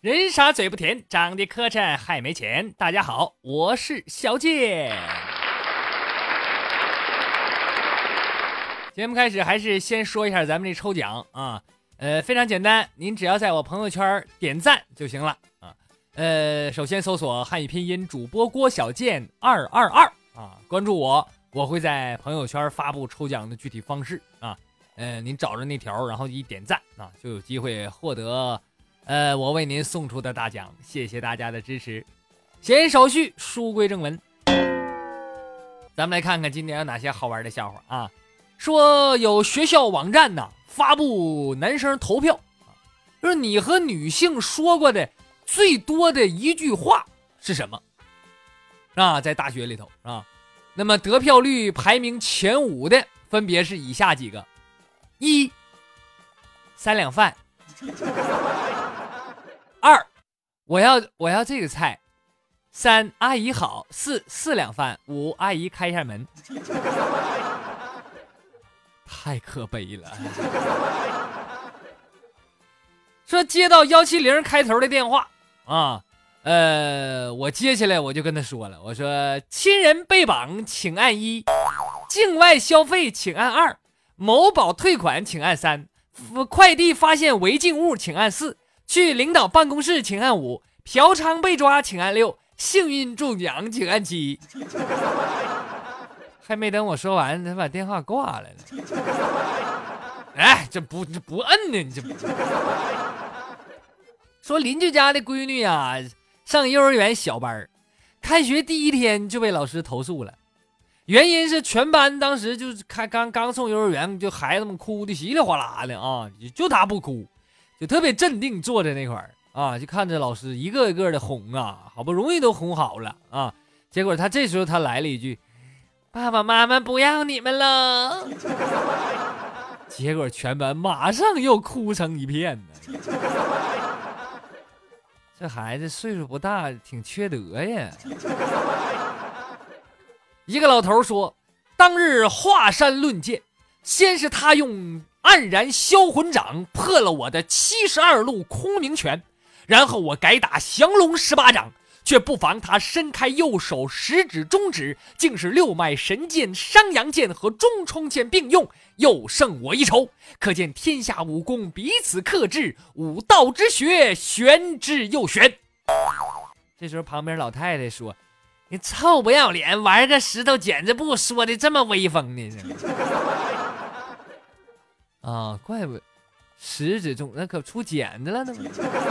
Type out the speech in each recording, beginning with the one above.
人傻嘴不甜，长得磕碜还没钱。大家好，我是小健。节目开始还是先说一下咱们这抽奖啊，非常简单，您只要在我朋友圈点赞就行了啊。首先搜索汉语拼音主播郭小健222啊，关注我，我会在朋友圈发布抽奖的具体方式啊。您找着那条，然后一点赞啊，就有机会获得我为您送出的大奖。谢谢大家的支持。闲言少叙，书归正文，咱们来看看今年有哪些好玩的笑话啊。说有学校网站呢发布男生投票，就是你和女性说过的最多的一句话是什么啊？在大学里头啊，那么得票率排名前5的分别是以下几个：1. 3两饭；2. 我要这个菜；3. 阿姨好；4两饭；5. 阿姨开一下门。太可悲了。说接到170开头的电话啊，我接起来我就跟他说了，我说亲人被绑请按1，境外消费请按2，某宝退款请按3，快递发现违禁物请按4，去领导办公室请按5，嫖娼被抓请按6，幸运中奖请按7。还没等我说完，他把电话挂了。哎，这不摁呢，你这不。说邻居家的闺女啊，上幼儿园小班，开学第1天就被老师投诉了，原因是全班当时就是刚送幼儿园，就孩子们哭的稀里哗啦的啊，就他不哭，就特别镇定坐在那块儿啊，就看着老师一个一个的哄啊，好不容易都哄好了啊，结果这时候他来了一句：“爸爸妈妈不要你们了。”结果全班马上又哭成一片呢。这孩子岁数不大，挺缺德呀。一个老头说，当日华山论剑，先是他用黯然销魂掌破了我的72路空明拳，然后我改打降龙18掌，却不妨他伸开右手食指中指，竟是6脉神剑、商阳剑和中冲剑并用，又胜我一筹。可见天下武功彼此克制，武道之学玄之又玄。这时候旁边老太太说：“你臭不要脸，玩个石头剪子布说的这么威风呢？”啊，怪不食指中那可出茧子了呢。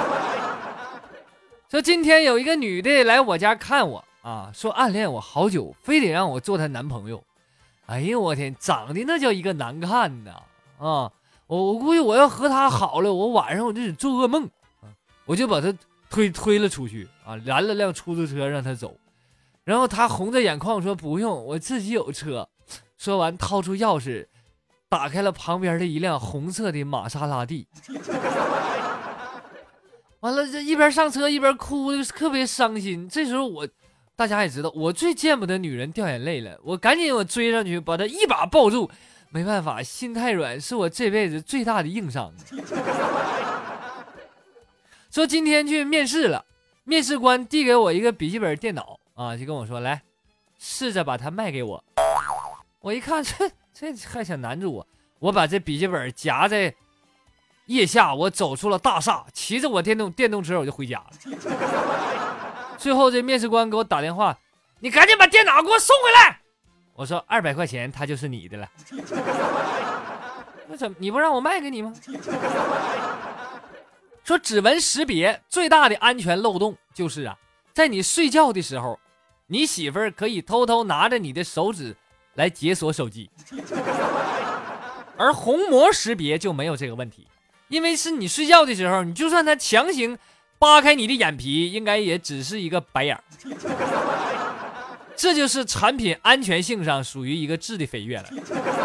说今天有一个女的来我家看我啊，说暗恋我好久，非得让我做她男朋友。哎呦我天，长得那叫一个难看呐！啊，我估计我要和她好了，我晚上我就得做噩梦啊！我就把她推了出去啊，拦了辆出租车让她走。然后她红着眼眶说不用，我自己有车。说完掏出钥匙，打开了旁边的一辆红色的玛莎拉蒂。完了，这一边上车一边哭，特别伤心。这时候大家也知道，我最见不得女人掉眼泪了。我赶紧追上去，把她一把抱住。没办法，心太软是我这辈子最大的硬伤。说今天去面试了，面试官递给我一个笔记本电脑啊，就跟我说：“来，试着把它卖给我。”我一看，这还想难住我，我把这笔记本夹在腋下，我走出了大厦，骑着我电动车我就回家了。最后这面试官给我打电话：“你赶紧把电脑给我送回来。”我说：“200块钱，它就是你的了。”那怎么你不让我卖给你吗？说指纹识别最大的安全漏洞就是啊，在你睡觉的时候，你媳妇儿可以偷偷拿着你的手指来解锁手机，而虹膜识别就没有这个问题。因为是你睡觉的时候，你就算他强行扒开你的眼皮，应该也只是一个白眼。这就是产品安全性上属于一个质的飞跃了。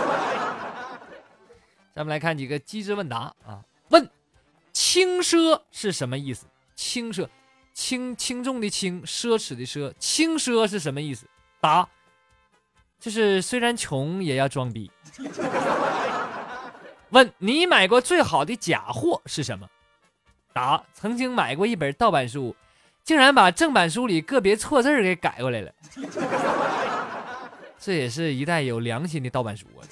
咱们来看几个机智问答啊。问：轻奢是什么意思？轻奢，轻重的轻，奢侈的奢，轻奢是什么意思？答：就是虽然穷也要装逼。问：你买过最好的假货是什么？ 答：曾经买过一本盗版书，竟然把正版书里个别错字给改过来了。这也是一代有良心的盗版书啊。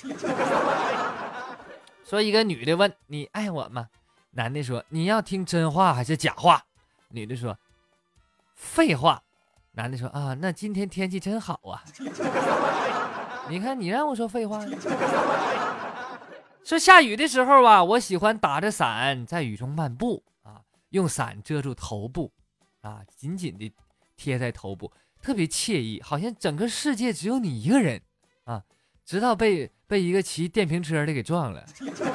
说一个女的问：你爱我吗？男的说：你要听真话还是假话？女的说：废话。男的说：啊，那今天天气真好啊。你看你让我说废话呢。说下雨的时候啊，我喜欢打着伞在雨中漫步啊，用伞遮住头部啊，紧紧的贴在头部，特别惬意，好像整个世界只有你一个人啊。直到被一个骑电瓶车的给撞了。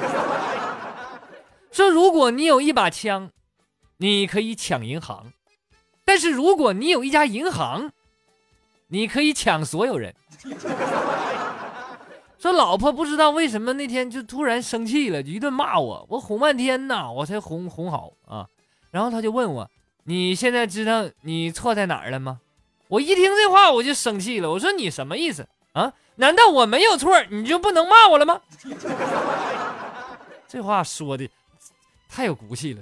说如果你有一把枪，你可以抢银行，但是如果你有一家银行，你可以抢所有人。说老婆不知道为什么那天就突然生气了，就一顿骂我，我哄半天呢，我才哄好啊。然后他就问我：你现在知道你错在哪儿了吗？我一听这话我就生气了，我说你什么意思啊？难道我没有错你就不能骂我了吗？这话说的太有骨气了。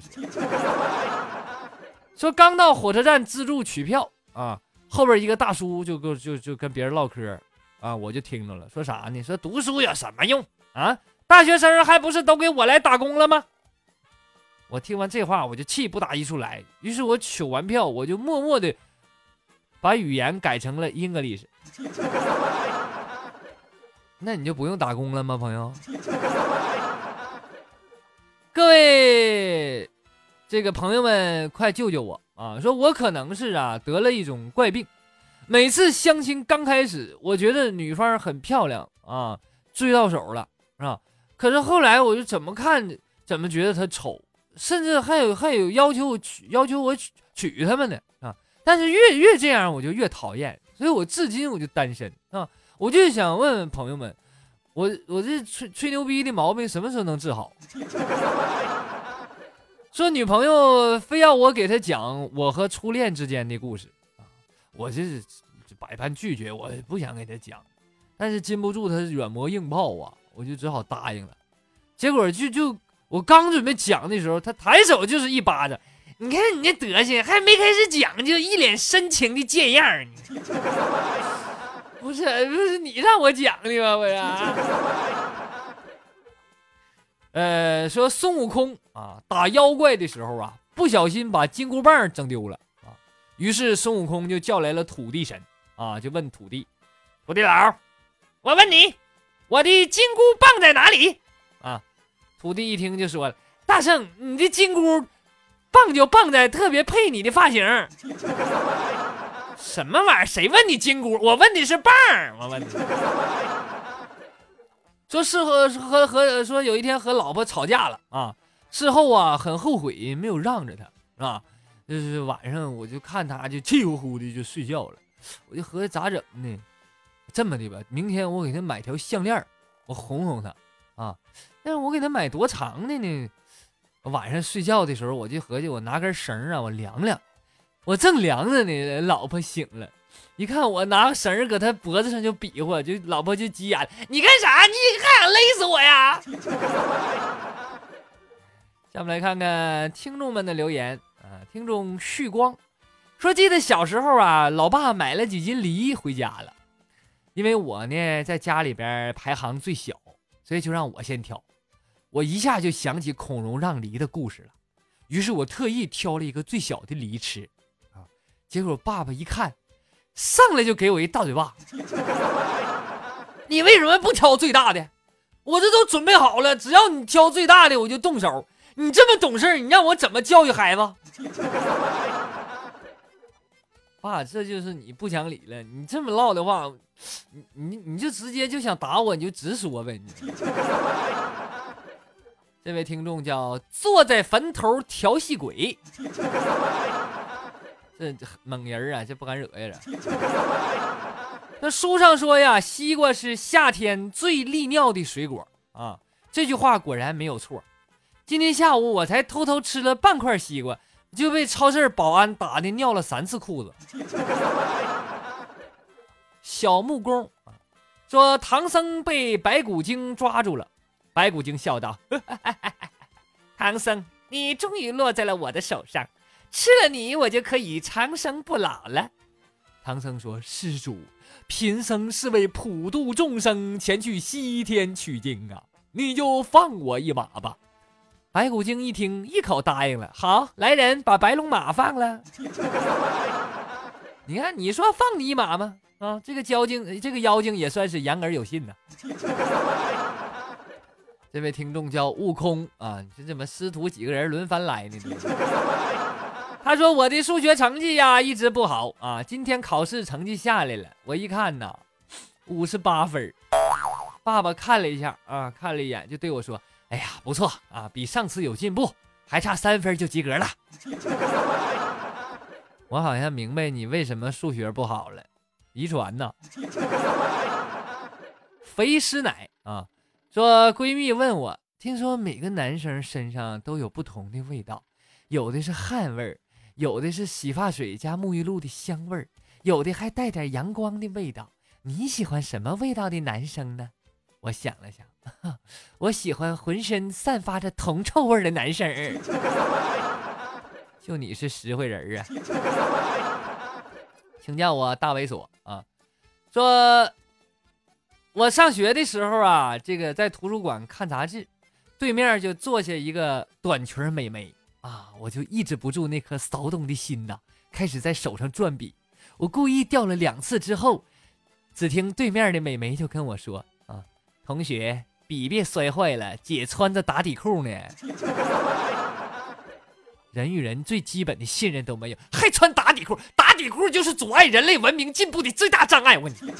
说刚到火车站自助取票啊，后边一个大叔就跟别人唠嗑啊，我就听着了，说啥呢？说读书有什么用啊？大学生还不是都给我来打工了吗？我听完这话我就气不打一处来，于是我取完票我就默默的把语言改成了English。那你就不用打工了吗，朋友？各位这个朋友们快救救我啊！说我可能是得了一种怪病，每次相亲刚开始我觉得女方很漂亮啊，追到手了啊，可是后来我就怎么看怎么觉得她丑，甚至还有要求我娶她们呢啊！但是越这样我就越讨厌，所以我至今我就单身啊！我就想问问朋友们，我这吹牛逼的毛病什么时候能治好？说女朋友非要我给她讲我和初恋之间的故事啊，我这百般拒绝，我不想给她讲，但是禁不住她软磨硬泡啊，我就只好答应了。结果就我刚准备讲的时候，她抬手就是一巴掌，你看你这德行，还没开始讲就一脸深情的贱样。不是你让我讲的吗？不是。说孙悟空啊打妖怪的时候啊，不小心把金箍棒整丢了啊，于是孙悟空就叫来了土地神啊，就问土地老，我问你，我的金箍棒在哪里啊？土地一听就说了，大圣，你的金箍棒就棒在特别配你的发型。什么玩意儿？谁问你金箍？我问的是棒。我问你，说是说有一天和老婆吵架了啊，事后啊很后悔没有让着他啊，就是晚上我就看他就气呼呼的就睡觉了，我就合计咋整呢？这么的吧，明天我给他买条项链，我哄哄他啊，但是我给他买多长的呢？晚上睡觉的时候我就合计我拿根绳啊，我量量。我正量着呢，老婆醒了，一看我拿绳搁她脖子上就比划，就老婆就急眼了，你干啥？你还想勒死我呀？下面来看看听众们的留言啊。听众旭光说，记得小时候啊，老爸买了几斤梨回家了，因为我呢在家里边排行最小，所以就让我先挑。我一下就想起孔融让梨的故事了，于是我特意挑了一个最小的梨吃。结果爸爸一看，上来就给我一大嘴巴。你为什么不挑最大的？我这都准备好了，只要你挑最大的我就动手。你这么懂事，你让我怎么教育孩子？爸，这就是你不讲理了。你这么唠的话，你就直接就想打我，你就直说呗。这位听众叫坐在坟头调戏鬼。这猛人啊，这不敢惹呀。那书上说呀，西瓜是夏天最利尿的水果啊，这句话果然没有错。今天下午我才偷偷吃了半块西瓜，就被超市保安打的尿了3次裤子。小木工说，唐僧被白骨精抓住了，白骨精笑道：唐僧， 你终于落在了我的手上，吃了你，我就可以长生不老了。唐僧说：施主，贫僧是为普度众生前去西天取经啊，你就放我一马吧。白骨精一听，一口答应了。好，来人，把白龙马放了。你看，你说放你一马吗？啊，这个妖精也算是言而有信呐。这位听众叫悟空啊，这怎么师徒几个人轮番来呢？他说我的数学成绩呀一直不好啊，今天考试成绩下来了，我一看呐，58分。爸爸看了一下啊，看了一眼就对我说：哎呀，不错啊，比上次有进步，还差3分就及格了。我好像明白你为什么数学不好了，遗传呐。肥师奶啊，说闺蜜问我，听说每个男生身上都有不同的味道，有的是汗味儿，有的是洗发水加沐浴露的香味儿，有的还带点阳光的味道。你喜欢什么味道的男生呢？我想了想，我喜欢浑身散发着铜臭味的男生。就你是实惠人啊！请叫我大猥琐啊！说我上学的时候啊，这个在图书馆看杂志，对面就坐下一个短裙美眉啊，我就抑制不住那颗骚动的心呐，开始在手上转笔。我故意掉了2次之后，只听对面的美眉就跟我说啊，同学，笔别摔坏了，姐穿着打底裤呢。人与人最基本的信任都没有，还穿打底裤？打底裤就是阻碍人类文明进步的最大障碍。问题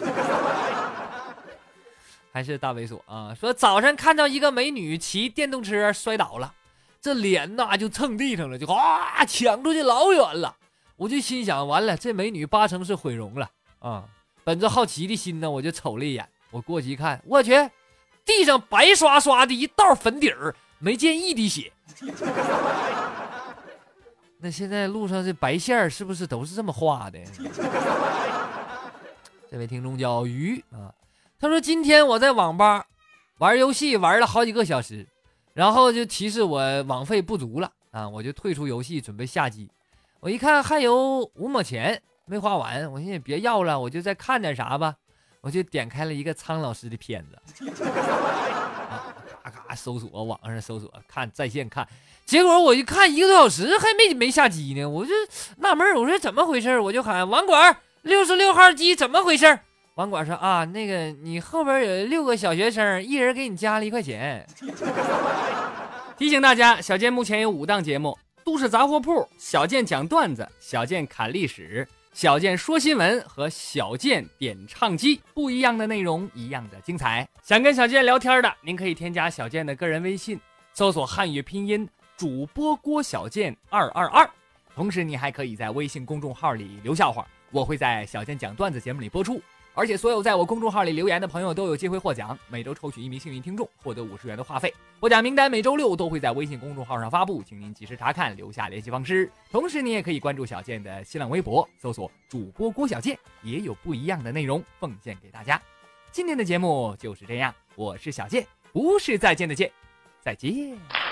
还是大猥琐啊！说早上看到一个美女骑电动车摔倒了，这脸呐就蹭地上了，就抢出去老远了。我就心想，完了，这美女8成是毁容了啊！本着好奇的心呢，我就瞅了一眼。我过去一看，我去，地上白刷刷的一道粉底儿，没见一滴血。那现在路上这白线是不是都是这么画的？这位听众叫鱼啊，他说今天我在网吧玩游戏玩了好几个小时，然后就提示我网费不足了啊，我就退出游戏准备下机。我一看还有5毛钱没花完，我寻思别要了，我就再看点啥吧。我就点开了一个苍老师的片子，咔咔搜索，网上搜索看在线看，结果我一看1个多小时还没下机呢，我就纳闷，我说怎么回事？我就喊网管66号机怎么回事？网管说啊，那个你后边有6个小学生，一人给你加了1块钱。提醒大家，小健目前有5档节目：都市杂货铺、小健讲段子、小健侃历史、小健说新闻和小健点唱机，不一样的内容，一样的精彩。想跟小健聊天的，您可以添加小健的个人微信，搜索汉语拼音主播郭小健222。同时，你还可以在微信公众号里留笑话，我会在小健讲段子节目里播出。而且所有在我公众号里留言的朋友都有机会获奖，每周抽取1名幸运听众，获得50元的话费。获奖名单每周6都会在微信公众号上发布，请您及时查看，留下联系方式。同时，你也可以关注小健的新浪微博，搜索主播郭小健，也有不一样的内容奉献给大家。今天的节目就是这样，我是小健，不是再见的见，再见。